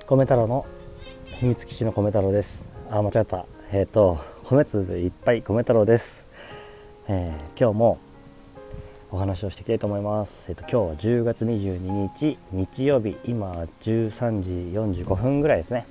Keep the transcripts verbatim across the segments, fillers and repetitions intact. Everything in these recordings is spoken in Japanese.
米太郎の秘密基地の米太郎です。あ、間違った。えっ、ー、と米粒いっぱい米太郎です。えー、今日もお話をしていきたいと思います。えっ、ー、と今日はじゅうがつにじゅうににち日曜日、今じゅうさんじよんじゅうごふんぐらいですね。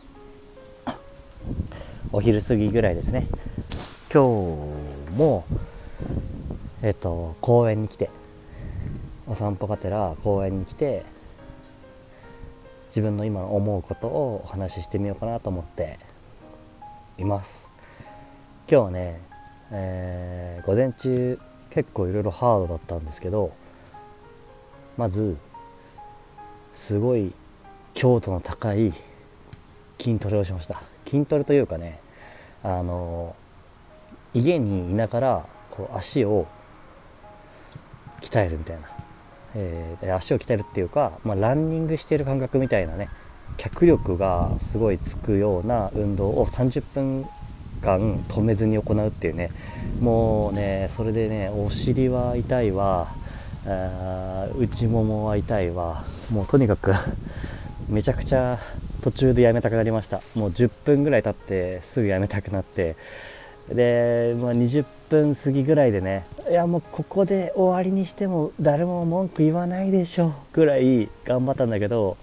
お昼過ぎぐらいですね。今日もえっ、ー、と公園に来て、お散歩がてら公園に来て、自分の今思うことをお話ししてみようかなと思っています。今日はね、えー、午前中結構いろいろハードだったんですけど、まずすごい強度の高い筋トレをしました。筋トレというかね、あの家にいながらこう足を鍛えるみたいな、えー、足を鍛えるっていうか、まあ、ランニングしている感覚みたいなね、脚力がすごいつくような運動をさんじゅっぷんかん止めずに行うっていうね。もうね、それでね、お尻は痛いわ、あ内ももは痛いわ、もうとにかくめちゃくちゃ途中でやめたくなりました。もうじゅっぷんぐらい経ってすぐやめたくなって、で、まあ、にじゅっぷん過ぎぐらいでね、いやもうここで終わりにしても誰も文句言わないでしょぐらい頑張ったんだけど、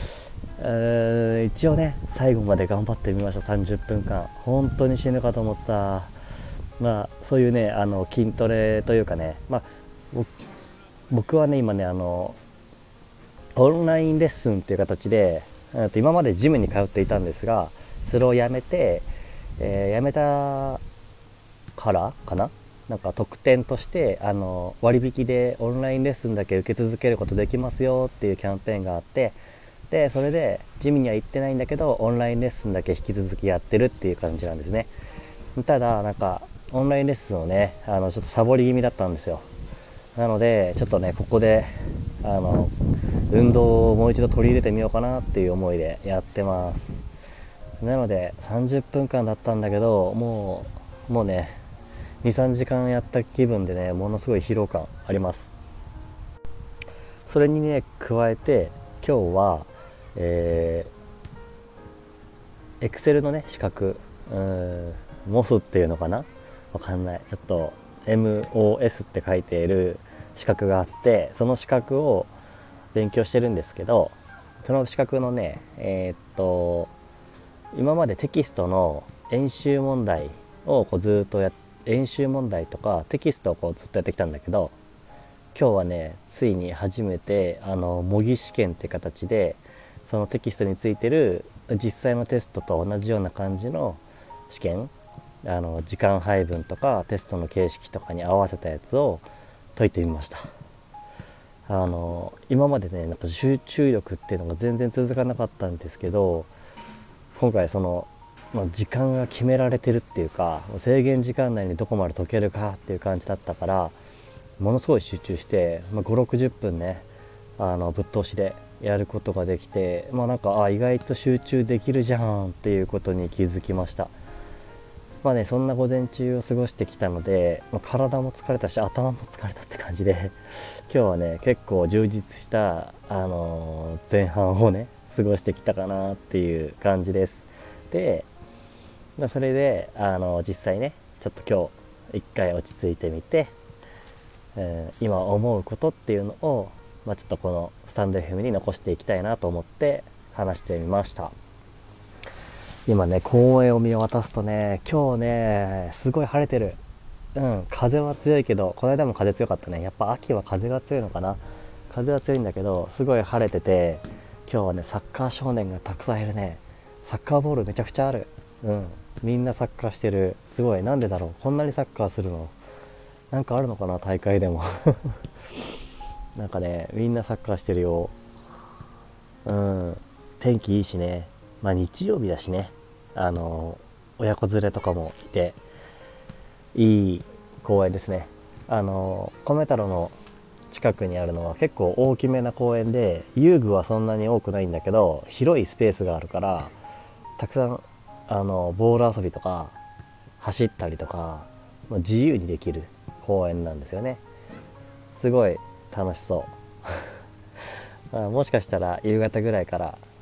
一応ね最後まで頑張ってみました。さんじゅっぷんかん本当に死ぬかと思った。まあそういうね、あの筋トレというかね、まあ僕はね今ね、あのオンラインレッスンっていう形で今までジムに通っていたんですが、それをやめて、えー、やめたからかな、なんか特典としてあの割引でオンラインレッスンだけ受け続けることできますよっていうキャンペーンがあって、でそれでジムには行ってないんだけどオンラインレッスンだけ引き続きやってるっていう感じなんですね。ただなんかオンラインレッスンをね、あのちょっとサボり気味だったんですよ。なのでちょっとねここであの運動をもう一度取り入れてみようかなっていう思いでやってます。なのでさんじゅっぷんかんだったんだけど、もうもうねにさんじかんやった気分でね、ものすごい疲労感あります。それにね加えて今日はえー、Excel のね資格、うーん モス っていうのかな、わかんない、ちょっと エムオーエス って書いている資格があって、その資格を勉強してるんですけど、その資格のね、えー、っと今までテキストの演習問題をこうずっとや演習問題とかテキストをこうずっとやってきたんだけど、今日はねついに初めてあの模擬試験って形で、そのテキストについてる実際のテストと同じような感じの試験、あの時間配分とかテストの形式とかに合わせたやつを解いてみました。あの今までねなんか集中力っていうのが全然続かなかったんですけど、今回その、まあ、時間が決められてるっていうか、制限時間内にどこまで解けるかっていう感じだったから、ものすごい集中して、まあ、ごじゅうろくじゅっぷんね、あのぶっ通しでやることができて、まあなんかあ意外と集中できるじゃんっていうことに気づきました。まあね、そんな午前中を過ごしてきたので、まあ、体も疲れたし頭も疲れたって感じで今日はね結構充実した、あのー前半をね過ごしてきたかなっていう感じです。で、まあ、それで、あのー実際ねちょっと今日一回落ち着いてみて、えー今思うことっていうのを、まあ、ちょっとこのスタンド エフエム に残していきたいなと思って話してみました。今ね公園を見渡すとね、今日ねすごい晴れてる。うん、風は強いけど、この間も風強かったね。やっぱ秋は風が強いのかな。風は強いんだけどすごい晴れてて、今日はねサッカー少年がたくさんいるね。サッカーボールめちゃくちゃある。うん、みんなサッカーしてる。すごい、なんでだろう、こんなにサッカーするの、なんかあるのかな、大会でもなんかねみんなサッカーしてるよ。うん、天気いいしね、まあ日曜日だしね、あの親子連れとかもいていい公園ですね。あの米太郎の近くにあるのは結構大きめな公園で、遊具はそんなに多くないんだけど広いスペースがあるから、たくさんあのボール遊びとか走ったりとか、まあ自由にできる公園なんですよね。すごい楽しそうあもしかしたら夕方ぐらいから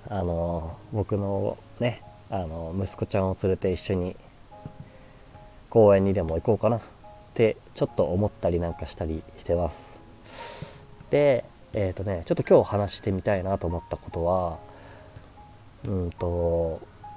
あの僕のねあの息子ちゃんを連れて一緒に公園にでも行こうかなってちょっと思ったりなんかしたりしてます。でえっ、ー、とねちょっと今日話してみたいなと思ったことはうんと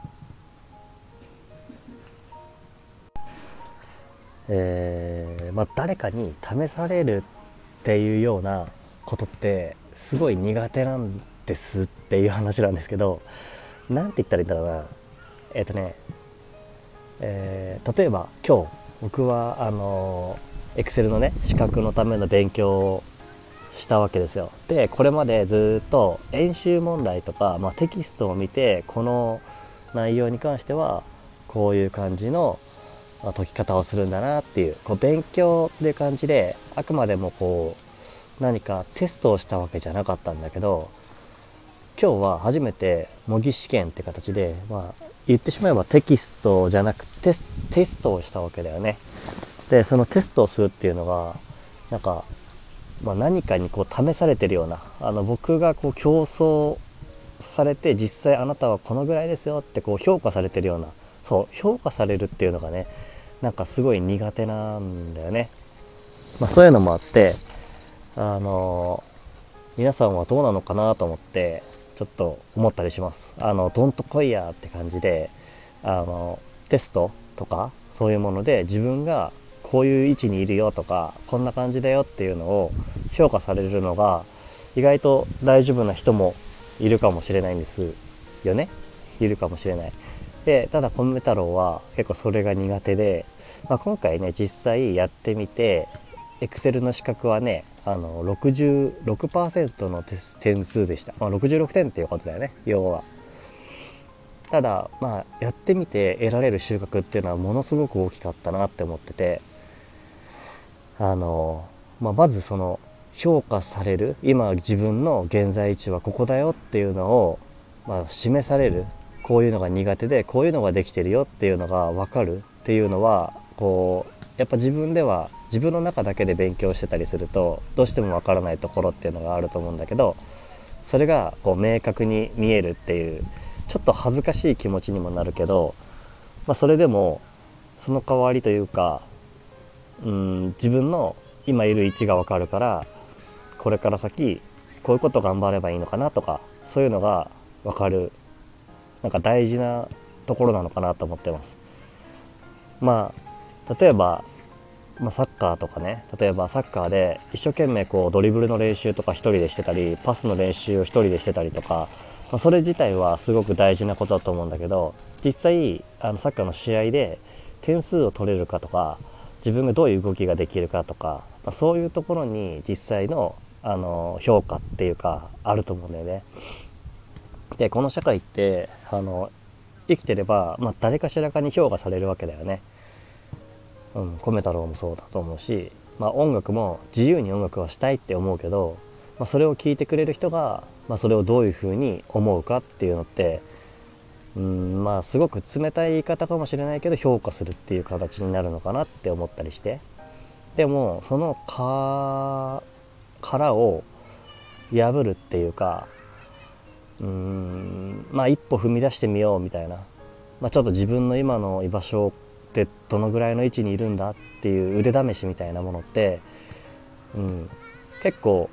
えー、まあ誰かに試されるっていうようなことってすごい苦手なんですっていう話なんですけど、なんて言ったらいいんだろうな。えっ、ー、とね、えー、例えば今日僕はあのエクセルのね資格のための勉強をしたわけですよ。でこれまでずっと演習問題とか、まあ、テキストを見てこの内容に関してはこういう感じの解き方をするんだなっていう、こう勉強っていう感じであくまでもこう何かテストをしたわけじゃなかったんだけど、今日は初めて模擬試験って形で、まあ、言ってしまえばテキストじゃなくてテス、テストをしたわけだよね。でそのテストをするっていうのがなんか、まあ、何かにこう試されてるような、あの僕がこう競争されて実際あなたはこのぐらいですよってこう評価されてるような、そう評価されるっていうのがねなんかすごい苦手なんだよね。まあ、そういうのもあってあの皆さんはどうなのかなと思ってちょっと思ったりします。あのどんとこいやって感じであのテストとかそういうもので自分がこういう位置にいるよとかこんな感じだよっていうのを評価されるのが意外と大丈夫な人もいるかもしれないんですよね。いるかもしれない。でただコメ太郎は結構それが苦手で、まあ、今回ね実際やってみて Excel の資格はねあの ろくじゅうろくパーセント の点数でした、まあ、ろくじゅうろくてんっていうことだよね要は。ただまあやってみて得られる収穫っていうのはものすごく大きかったなって思ってて、あの、まあ、まずその評価される今自分の現在位置はここだよっていうのを、まあ、示される、こういうのが苦手でこういうのができてるよっていうのが分かるっていうのはこうやっぱ自分では自分の中だけで勉強してたりするとどうしても分からないところっていうのがあると思うんだけど、それがこう明確に見えるっていうちょっと恥ずかしい気持ちにもなるけど、まあ、それでもその代わりというかうん自分の今いる位置が分かるからこれから先こういうこと頑張ればいいのかなとかそういうのが分かる、なんか大事なところなのかなと思ってます。まあ例えば、まあ、サッカーとかね、例えばサッカーで一生懸命こうドリブルの練習とか一人でしてたりパスの練習を一人でしてたりとか、まあ、それ自体はすごく大事なことだと思うんだけど、実際あのサッカーの試合で点数を取れるかとか自分がどういう動きができるかとか、まあ、そういうところに実際の、あの評価っていうかあると思うんだよね。でこの社会ってあの生きてれば、まあ、誰かしらかに評価されるわけだよね。うん、米太郎もそうだと思うし、まあ、音楽も自由に音楽はしたいって思うけど、まあ、それを聞いてくれる人が、まあ、それをどういうふうに思うかっていうのって、うん、まあすごく冷たい言い方かもしれないけど評価するっていう形になるのかなって思ったりして、でもそのか殻を破るっていうか、うーんまあ一歩踏み出してみようみたいな、まあ、ちょっと自分の今の居場所ってどのぐらいの位置にいるんだっていう腕試しみたいなものって、うん、結構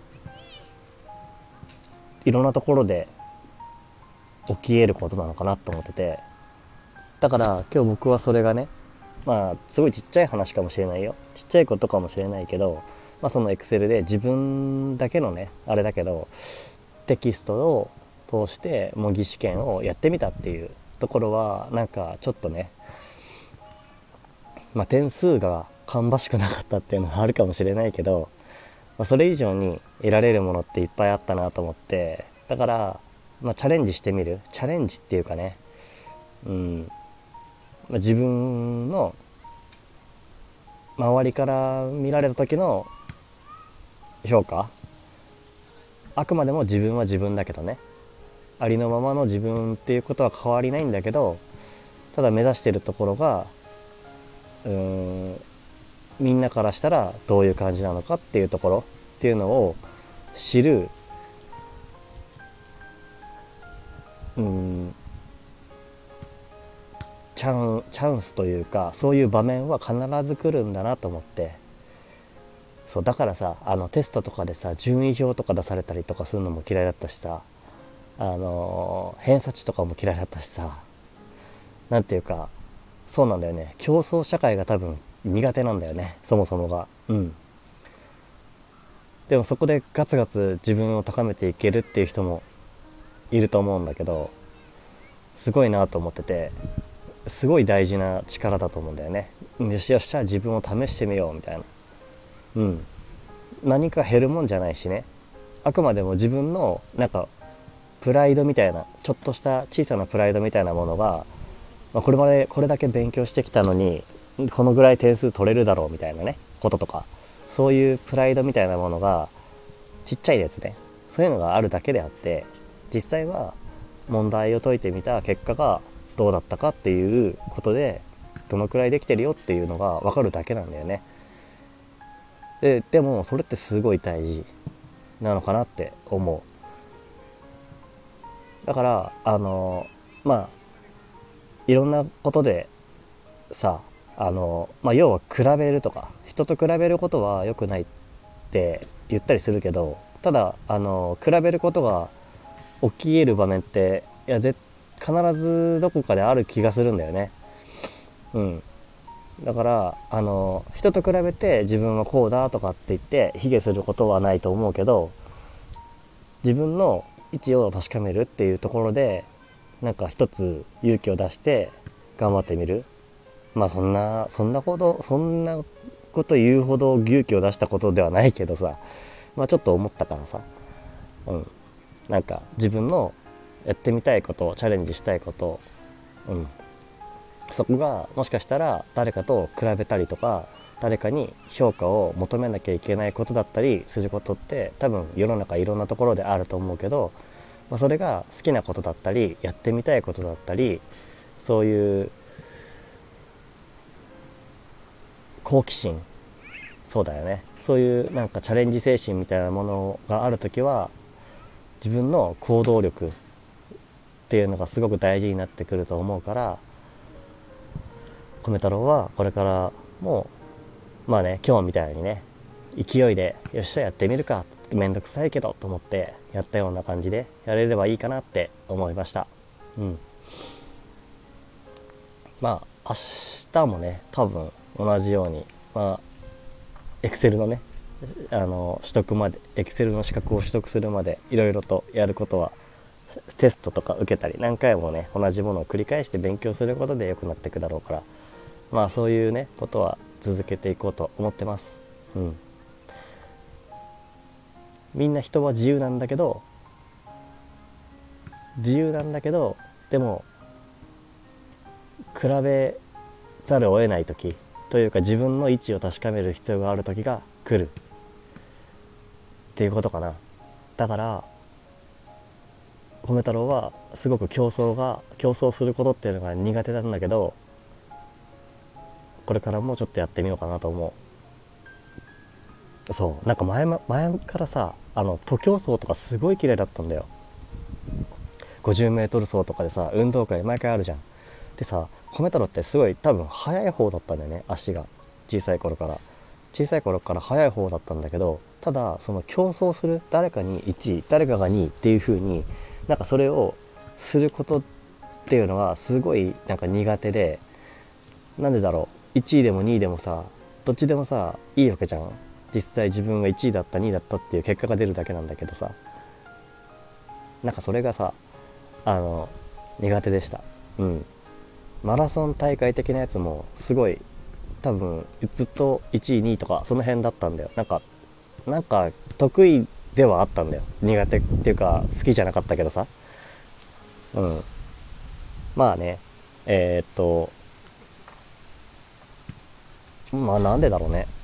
いろんなところで起き得ることなのかなと思ってて、だから今日僕はそれがね、まあすごいちっちゃい話かもしれないよ、ちっちゃいことかもしれないけど、まあ、そのエクセルで自分だけのねあれだけどテキストを通して模擬試験をやってみたっていうところはなんかちょっとね、まあ、点数が芳しくなかったっていうのはあるかもしれないけど、まあ、それ以上に得られるものっていっぱいあったなと思って、だから、まあ、チャレンジしてみる、チャレンジっていうかね、うんまあ、自分の周りから見られた時の評価、あくまでも自分は自分だけどね、ありのままの自分っていうことは変わりないんだけど、ただ目指しているところがうーんみんなからしたらどういう感じなのかっていうところっていうのを知るうんチャン、チャンスというかそういう場面は必ず来るんだなと思って、そうだからさ、あのテストとかでさ順位表とか出されたりとかするのも嫌いだったしさ、あの偏差値とかも嫌いだったしさ、なんていうか、そうなんだよね、競争社会が多分苦手なんだよね、そもそもが。うんでもそこでガツガツ自分を高めていけるっていう人もいると思うんだけど、すごいなと思ってて、すごい大事な力だと思うんだよね。よしよし、じゃあ自分を試してみようみたいな。うん何か減るもんじゃないしね、あくまでも自分のなんかプライドみたいな、ちょっとした小さなプライドみたいなものが、まあ、これまでこれだけ勉強してきたのにこのぐらい点数取れるだろうみたいなねこととか、そういうプライドみたいなものがちっちゃいやつね、そういうのがあるだけであって、実際は問題を解いてみた結果がどうだったかっていうことで、どのくらいできてるよっていうのが分かるだけなんだよね。で、でもそれってすごい大事なのかなって思う。だからあのまあいろんなことでさ、あの、まあ、要は比べるとか人と比べることは良くないって言ったりするけど、ただあの比べることが起きえる場面っていや絶必ずどこかである気がするんだよね。うんだからあの人と比べて自分はこうだとかって言って卑下することはないと思うけど、自分の位置を確かめるっていうところでなんか一つ勇気を出して頑張ってみる。まあそんなそんなほどそんなこと言うほど勇気を出したことではないけどさ、まあちょっと思ったからさ、うんなんか自分のやってみたいこと、チャレンジしたいこと、うんそこがもしかしたら誰かと比べたりとか誰かに評価を求めなきゃいけないことだったりすることって多分世の中いろんなところであると思うけど、まあ、それが好きなことだったりやってみたいことだったり、そういう好奇心、そうだよね、そういうなんかチャレンジ精神みたいなものがあるときは自分の行動力っていうのがすごく大事になってくると思うから、米太郎はこれからもまあね今日みたいにね勢いでよっしゃやってみるか、めんどくさいけどと思ってやったような感じでやれればいいかなって思いました。うんまあ明日もね多分同じようにまあエクセルのねあの取得までエクセルの資格を取得するまでいろいろとやることはテストとか受けたり何回もね同じものを繰り返して勉強することで良くなっていくだろうから、まあそういうねことは続けていこうと思ってます。うんみんな人は自由なんだけど自由なんだけどでも比べざるを得ない時というか自分の位置を確かめる必要がある時が来るっていうことかな。だから米太郎はすごく競争が競争することっていうのが苦手なんだけど、これからもちょっとやってみようかなと思う。そうなんか前前からさあの徒競走とかすごい綺麗だったんだよ。ごじゅうメートル走とかでさ運動会毎回あるじゃん。でさ米太郎ってすごい多分速い方だったんだよね、足が小さい頃から小さい頃から速い方だったんだけど、ただその競争する誰かにいちい誰かがにいっていう風になんかそれをすることっていうのがすごいなんか苦手で、なんでだろういちいでもにいでもさどっちでもさいいわけじゃん。実際自分がいちいだったにいだったっていう結果が出るだけなんだけどさ、なんかそれがさあの苦手でした。うんマラソン大会的なやつもすごい多分ずっといちいにいとかその辺だったんだよ。なんかなんか得意ではあったんだよ、苦手っていうか好きじゃなかったけどさ。うんまあねえー、っとまあなんでだろうね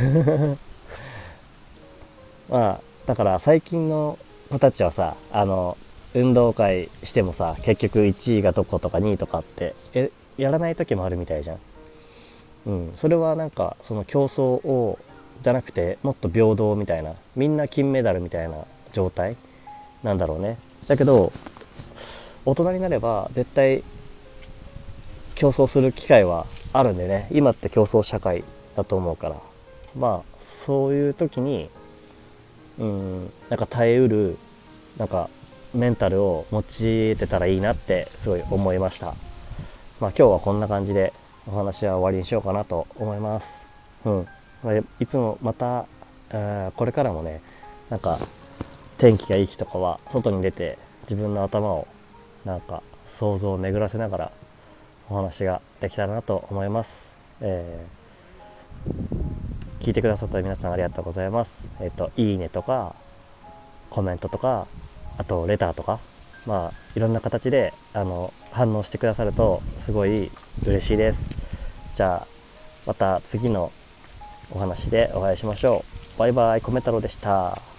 まあだから最近の子たちはさあの運動会してもさ結局いちいがどことかにいとかってえやらない時もあるみたいじゃん。うん、それはなんかその競争をじゃなくてもっと平等みたいな、みんな金メダルみたいな状態なんだろうね。だけど大人になれば絶対競争する機会はあるんでね、今って競争社会だと思うから、まあそういう時にうんなんか耐えうるなんかメンタルを持ちてたらいいなってすごい思いました。まあ今日はこんな感じでお話は終わりにしようかなと思います。うん、まあ、いつもまた、えーこれからもね、なんか天気がいい日とかは外に出て自分の頭をなんか想像を巡らせながらお話ができたらなと思います。えー聞いてくださった皆さんありがとうございます。えっ、といいねとかコメントとか、あとレターとか、まあいろんな形であの反応してくださるとすごい嬉しいです。じゃあまた次のお話でお会いしましょう。バイバイ、コメ太郎でした。